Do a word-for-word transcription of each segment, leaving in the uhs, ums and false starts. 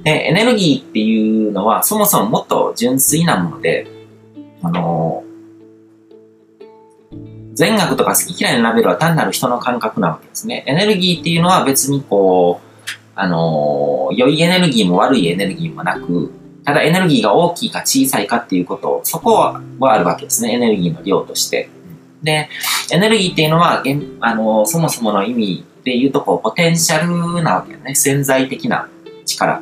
で、エネルギーっていうのはそもそももっと純粋なもので、あのー、善悪とか好き嫌いのラベルは単なる人の感覚なわけですね。エネルギーっていうのは別にこう、あのー、良いエネルギーも悪いエネルギーもなく、ただエネルギーが大きいか小さいかっていうこと、そこはあるわけですね。エネルギーの量として。で、エネルギーっていうのは、あのー、そもそもの意味で言うとこう、ポテンシャルなわけよね。潜在的な力。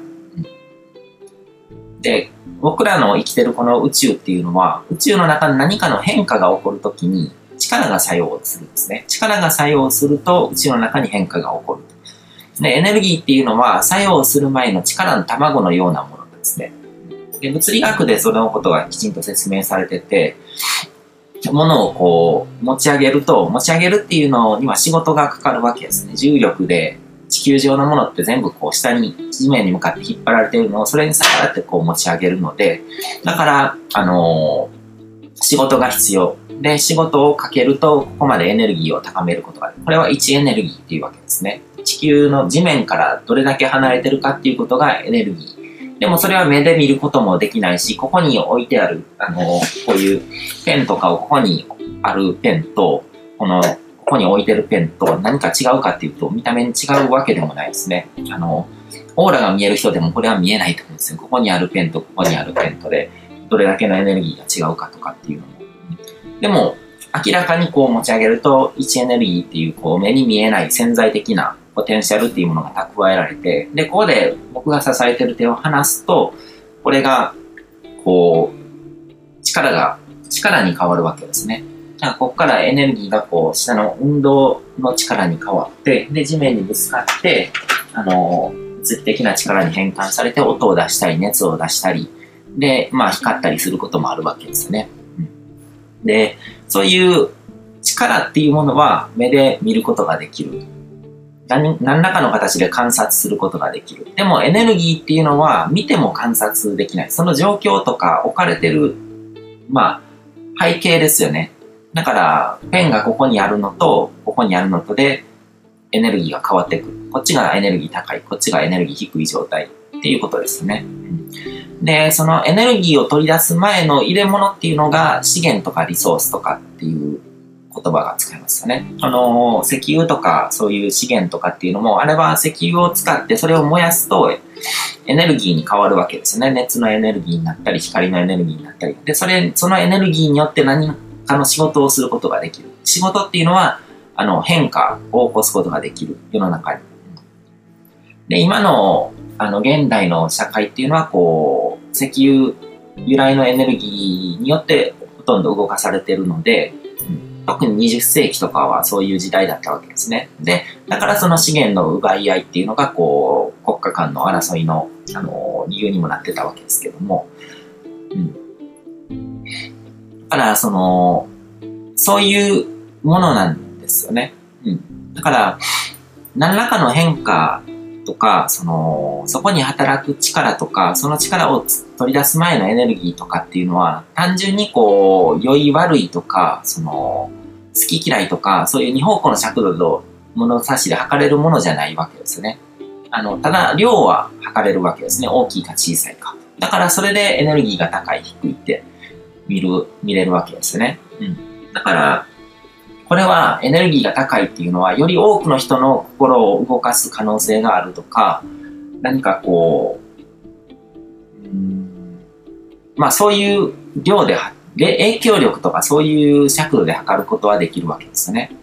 で、僕らの生きてるこの宇宙っていうのは、宇宙の中に何かの変化が起こるときに力が作用するんですね。力が作用すると宇宙の中に変化が起こる。で、エネルギーっていうのは作用する前の力の卵のようなものなんですね。で、物理学でそのことがきちんと説明されてて、物をこう持ち上げると、持ち上げるっていうのには仕事がかかるわけですね。重力で地球上のものって全部こう下に地面に向かって引っ張られているのをそれに逆らってこう持ち上げるので、だからあのー、仕事が必要で、仕事をかけるとここまでエネルギーを高めることがある。これは位置エネルギーっていうわけですね。地球の地面からどれだけ離れてるかっていうことがエネルギー。でもそれは目で見ることもできないし、ここに置いてあるあのー、こういうペンとかをここにあるペンとこのここに置いてるペンと何か違うかっていうと、見た目に違うわけでもないですね。あの、オーラが見える人でもこれは見えないと思うんですよ。ここにあるペンとここにあるペンとで、どれだけのエネルギーが違うかとかっていうのも。でも、明らかにこう持ち上げると、位置エネルギーっていう、こう目に見えない潜在的なポテンシャルっていうものが蓄えられて、で、ここで僕が支えてる手を離すと、これが、こう、力が、力に変わるわけですね。ここからエネルギーがこう下の運動の力に変わって、で、地面にぶつかって、あの、物理的な力に変換されて音を出したり、熱を出したり、で、まあ光ったりすることもあるわけですよね。うん、で、そういう力っていうものは目で見ることができる。何、何らかの形で観察することができる。でもエネルギーっていうのは見ても観察できない。その状況とか置かれてる、まあ、背景ですよね。だから、ペンがここにあるのと、ここにあるのとで、エネルギーが変わってくる。こっちがエネルギー高い、こっちがエネルギー低い状態っていうことですね。うん、で、そのエネルギーを取り出す前の入れ物っていうのが、資源とかリソースとかっていう言葉が使えますよね。あの、石油とかそういう資源とかっていうのも、あれは石油を使ってそれを燃やすと、エネルギーに変わるわけですね。熱のエネルギーになったり、光のエネルギーになったり。で、それ、そのエネルギーによって何かの仕事をすることができる。仕事っていうのは、あの、変化を起こすことができる。世の中に。で、今の、あの、現代の社会っていうのは、こう、石油由来のエネルギーによってほとんど動かされているので、特ににじゅっせいきとかはそういう時代だったわけですね。で、だからその資源の奪い合いっていうのが、こう、国家間の争いの、あの、理由にもなってたわけですけども、うん。だから、その、そういうものなんですよね。うん。だから、何らかの変化とか、その、そこに働く力とか、その力を取り出す前のエネルギーとかっていうのは、単純にこう、良い悪いとか、その、好き嫌いとか、そういう二方向の尺度の物差しで測れるものじゃないわけですよね。あの、ただ、量は測れるわけですね。大きいか小さいか。だから、それでエネルギーが高い、低いって見る、見れるわけですよね。うん。だから、これはエネルギーが高いっていうのは、より多くの人の心を動かす可能性があるとか、何かこう、うーんまあそういう量で、影響力とかそういう尺度で測ることはできるわけですよね。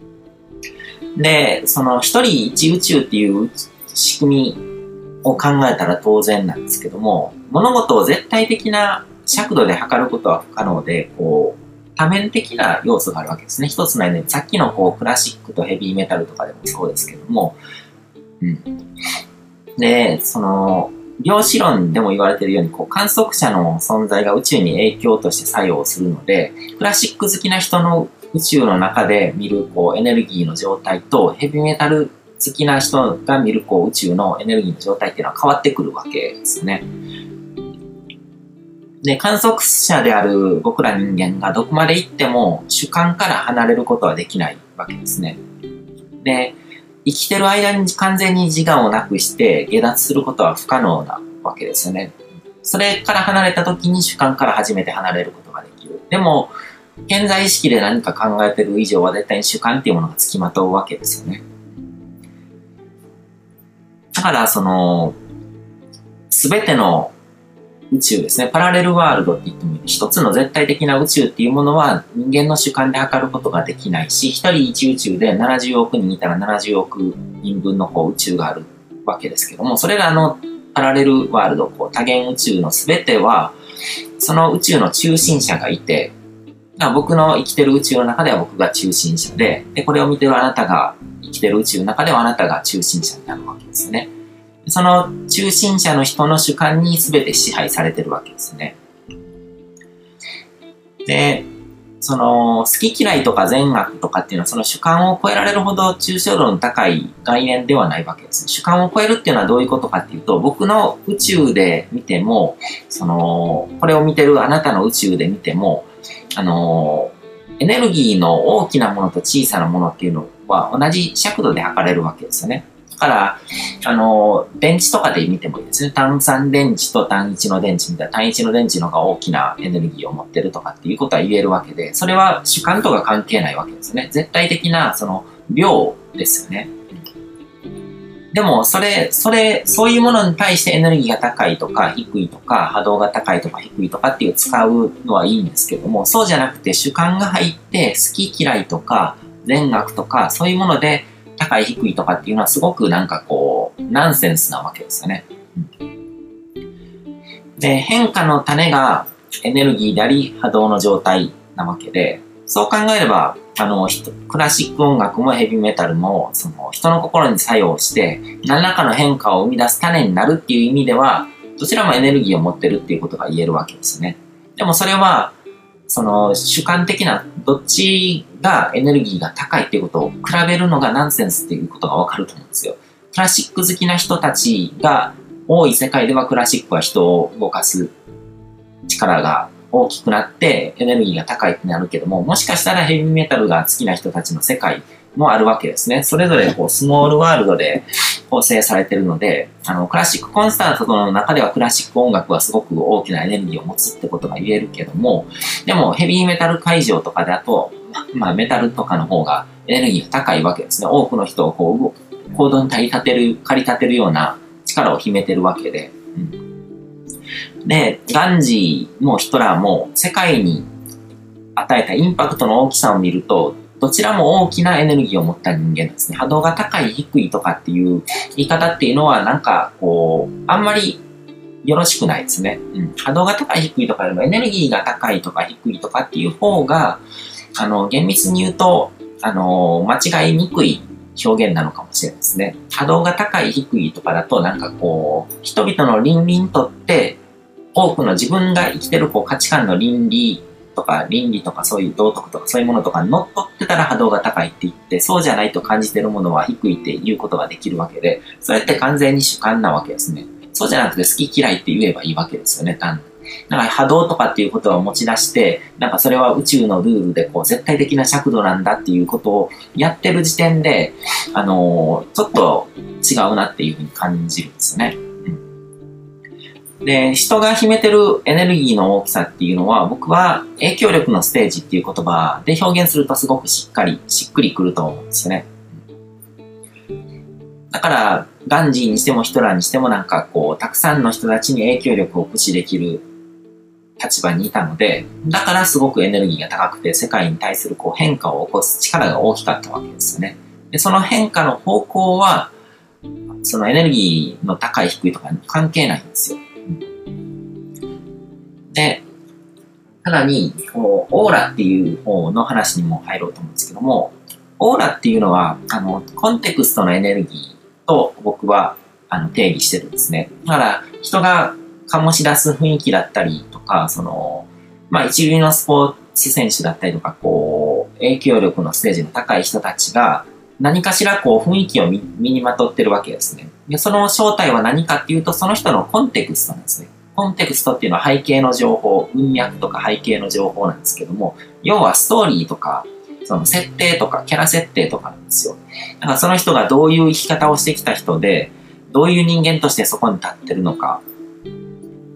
で、その一人一宇宙っていう仕組みを考えたら当然なんですけども、物事を絶対的な尺度で測ることは不可能で、こう、多面的な要素があるわけですね。一つのエネルギー、さっきのこうクラシックとヘビーメタルとかでもそうですけども、うん。で、その、量子論でも言われているように、こう観測者の存在が宇宙に影響として作用するので、クラシック好きな人の宇宙の中で見るこうエネルギーの状態と、ヘビーメタル好きな人が見るこう宇宙のエネルギーの状態っていうのは変わってくるわけですね。で、観測者である僕ら人間がどこまで行っても主観から離れることはできないわけですね。で、生きてる間に完全に自我をなくして下脱することは不可能なわけですよね。それから離れた時に主観から初めて離れることができる。でも、健在意識で何か考えてる以上は絶対に主観っていうものが付きまとうわけですよね。だから、その、すべての宇宙ですね、パラレルワールドって言ってもいい。一つの絶対的な宇宙っていうものは人間の主観で測ることができないし、一人一宇宙でななじゅうおくにんいたらななじゅうおくにんぶんのこう宇宙があるわけですけども、それらのパラレルワールド、こう多元宇宙のすべては、その宇宙の中心者がいて、僕の生きてる宇宙の中では僕が中心者で、で、これを見てるあなたが生きてる宇宙の中ではあなたが中心者になるわけですね。その中心者の人の主観に全て支配されてるわけですね。で、その好き嫌いとか善悪とかっていうのはその主観を超えられるほど抽象度の高い概念ではないわけです。主観を超えるっていうのはどういうことかっていうと、僕の宇宙で見ても、その、これを見てるあなたの宇宙で見ても、あの、エネルギーの大きなものと小さなものっていうのは同じ尺度で測れるわけですよね。だから、あの、電池とかで見てもいいですね。単三電池と単一の電池みたいな、単一の電池の方が大きなエネルギーを持ってるとかっていうことは言えるわけで、それは主観とか関係ないわけですね。絶対的な、その、量ですよね。でも、それ、それ、そういうものに対してエネルギーが高いとか低いとか、波動が高いとか低いとかっていう使うのはいいんですけども、そうじゃなくて主観が入って、好き嫌いとか、善悪とか、そういうもので、高い低いとかっていうのはすごくなんかこう、ナンセンスなわけですよね。うん、で、変化の種がエネルギーであり波動の状態なわけで、そう考えれば、あの、クラシック音楽もヘビーメタルも、その人の心に作用して、何らかの変化を生み出す種になるっていう意味では、どちらもエネルギーを持ってるっていうことが言えるわけですね。でもそれは、その主観的などっちがエネルギーが高いっていうことを比べるのがナンセンスっていうことがわかると思うんですよ。クラシック好きな人たちが多い世界ではクラシックは人を動かす力が大きくなってエネルギーが高いってなるけども、もしかしたらヘビーメタルが好きな人たちの世界もあるわけですね。それぞれこうスモールワールドで構成されているので、あのクラシックコンサートの中ではクラシック音楽はすごく大きなエネルギーを持つってことが言えるけども、でもヘビーメタル会場とかだと、まあメタルとかの方がエネルギーが高いわけですね。多くの人をこう行動に駆り立てる、駆り立てるような力を秘めてるわけで。うん、で、ガンジーもヒトラーも世界に与えたインパクトの大きさを見ると、どちらも大きなエネルギーを持った人間ですね。波動が高い、低いとかっていう言い方っていうのはなんかこう、あんまりよろしくないですね。うん、波動が高い、低いとかよりもエネルギーが高いとか低いとかっていう方が、あの、厳密に言うと、あの、間違いにくい表現なのかもしれないですね。波動が高い、低いとかだとなんかこう、人々の倫理にとって多くの自分が生きてるこう価値観の倫理とか倫理とかそういう道徳とかそういうものとかに乗っ取ってたら波動が高いって言って、そうじゃないと感じてるものは低いって言うことができるわけで、それって完全に主観なわけですね。そうじゃなくて好き嫌いって言えばいいわけですよね、単に。だから波動とかっていうことを持ち出して、なんかそれは宇宙のルールでこう絶対的な尺度なんだっていうことをやってる時点で、あのー、ちょっと違うなっていうふうに感じるんですよね。で、人が秘めてるエネルギーの大きさっていうのは、僕は影響力のステージっていう言葉で表現するとすごくしっかり、しっくりくると思うんですよね。だから、ガンジーにしてもヒトラーにしてもなんかこう、たくさんの人たちに影響力を駆使できる立場にいたので、だからすごくエネルギーが高くて世界に対するこう変化を起こす力が大きかったわけですよね。で、その変化の方向は、そのエネルギーの高い低いとかに関係ないんですよ。で、さらに、こう、オーラっていう方の話にも入ろうと思うんですけども、オーラっていうのは、あの、コンテクストのエネルギーと僕は、あの、定義してるんですね。だから、人が醸し出す雰囲気だったりとか、その、まあ、一流のスポーツ選手だったりとか、こう、影響力のステージの高い人たちが、何かしらこう、雰囲気を身にまとってるわけですね。で、その正体は何かっていうと、その人のコンテクストなんですね。コンテクストっていうのは背景の情報、文脈とか背景の情報なんですけども、要はストーリーとか、その設定とかキャラ設定とかなんですよ。だからその人がどういう生き方をしてきた人で、どういう人間としてそこに立ってるのか、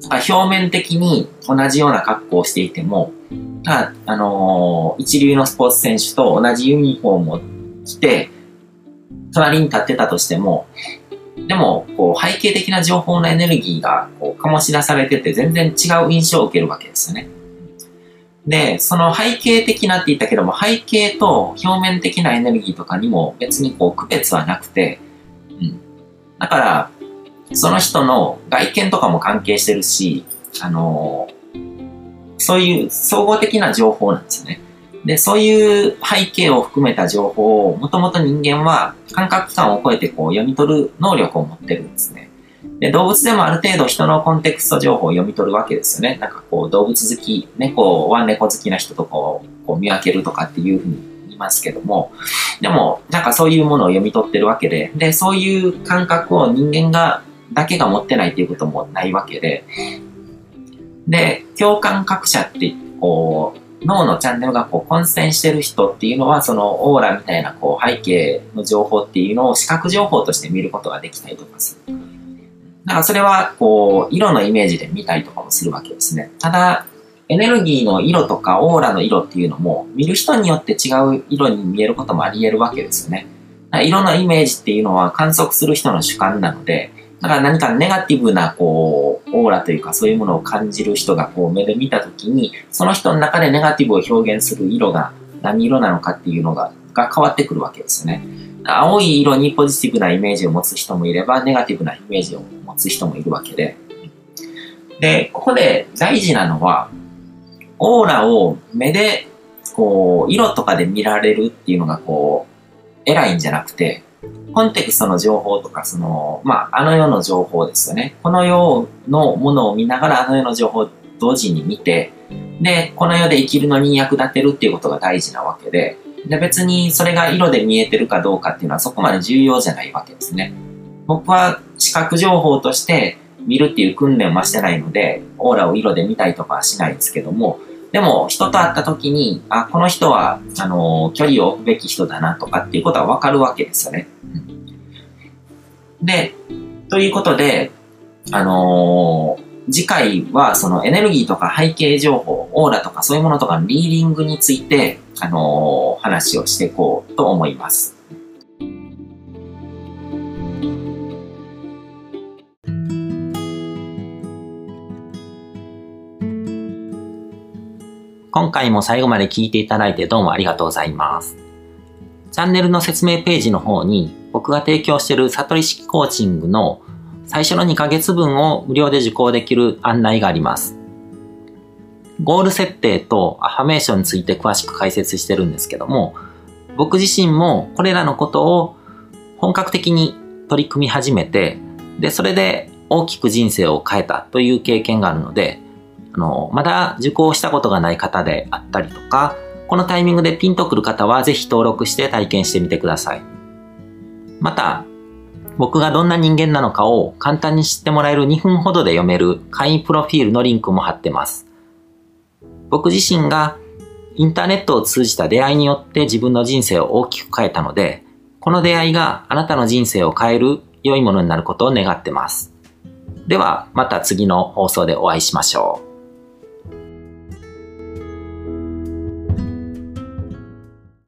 だから表面的に同じような格好をしていても、ただ、あのー、一流のスポーツ選手と同じユニフォームを着て、隣に立ってたとしても、でも、こう、背景的な情報のエネルギーが、こう、醸し出されてて、全然違う印象を受けるわけですよね。で、その背景的なって言ったけども、背景と表面的なエネルギーとかにも別にこう、区別はなくて、うん。だから、その人の外見とかも関係してるし、あのー、そういう総合的な情報なんですよね。で、そういう背景を含めた情報を、もともと人間は感覚器官を超えてこう読み取る能力を持ってるんですね。で、動物でもある程度人のコンテクスト情報を読み取るわけですよね。なんかこう動物好き、猫は猫好きな人とこう、こう見分けるとかっていうふうに言いますけども、でもなんかそういうものを読み取ってるわけで、で、そういう感覚を人間が、だけが持ってないっていうこともないわけで、で、共感覚者ってこう、脳のチャンネルがこう混戦してる人っていうのは、そのオーラみたいなこう背景の情報っていうのを視覚情報として見ることができたりとかする。だからそれはこう色のイメージで見たりとかもするわけですね。ただ、エネルギーの色とかオーラの色っていうのも見る人によって違う色に見えることもあり得るわけですよね。色のイメージっていうのは観測する人の主観なので、だから何かネガティブなこうオーラというかそういうものを感じる人がこう目で見たときに、その人の中でネガティブを表現する色が何色なのかっていうのがが変わってくるわけですよね。青い色にポジティブなイメージを持つ人もいれば、ネガティブなイメージを持つ人もいるわけで。で、ここで大事なのは、オーラを目でこう色とかで見られるっていうのがこう偉いんじゃなくて、コンテクストの情報とか、その、まあ、あの世の情報ですよね。この世のものを見ながらあの世の情報を同時に見て、で、この世で生きるのに役立てるっていうことが大事なわけで、で、別にそれが色で見えてるかどうかっていうのはそこまで重要じゃないわけですね。僕は視覚情報として見るっていう訓練はしてないので、オーラを色で見たりとかはしないんですけども、でも人と会った時に、あ、この人は、あの、距離を置くべき人だなとかっていうことはわかるわけですよね。で、ということで、あのー、次回はそのエネルギーとか背景情報、オーラとかそういうものとかのリーディングについて、あのー、話をしていこうと思います。今回も最後まで聞いていただいてどうもありがとうございます。チャンネルの説明ページの方に僕が提供している悟り式コーチングの最初のにかげつぶんを無料で受講できる案内があります。ゴール設定とアファメーションについて詳しく解説してるんですけども、僕自身もこれらのことを本格的に取り組み始めて、で、それで大きく人生を変えたという経験があるので、あの、まだ受講したことがない方であったりとか、このタイミングでピンとくる方はぜひ登録して体験してみてください。また、僕がどんな人間なのかを簡単に知ってもらえるにふんほどで読める会員プロフィールのリンクも貼ってます。僕自身がインターネットを通じた出会いによって自分の人生を大きく変えたので、この出会いがあなたの人生を変える良いものになることを願ってます。では、また次の放送でお会いしましょう。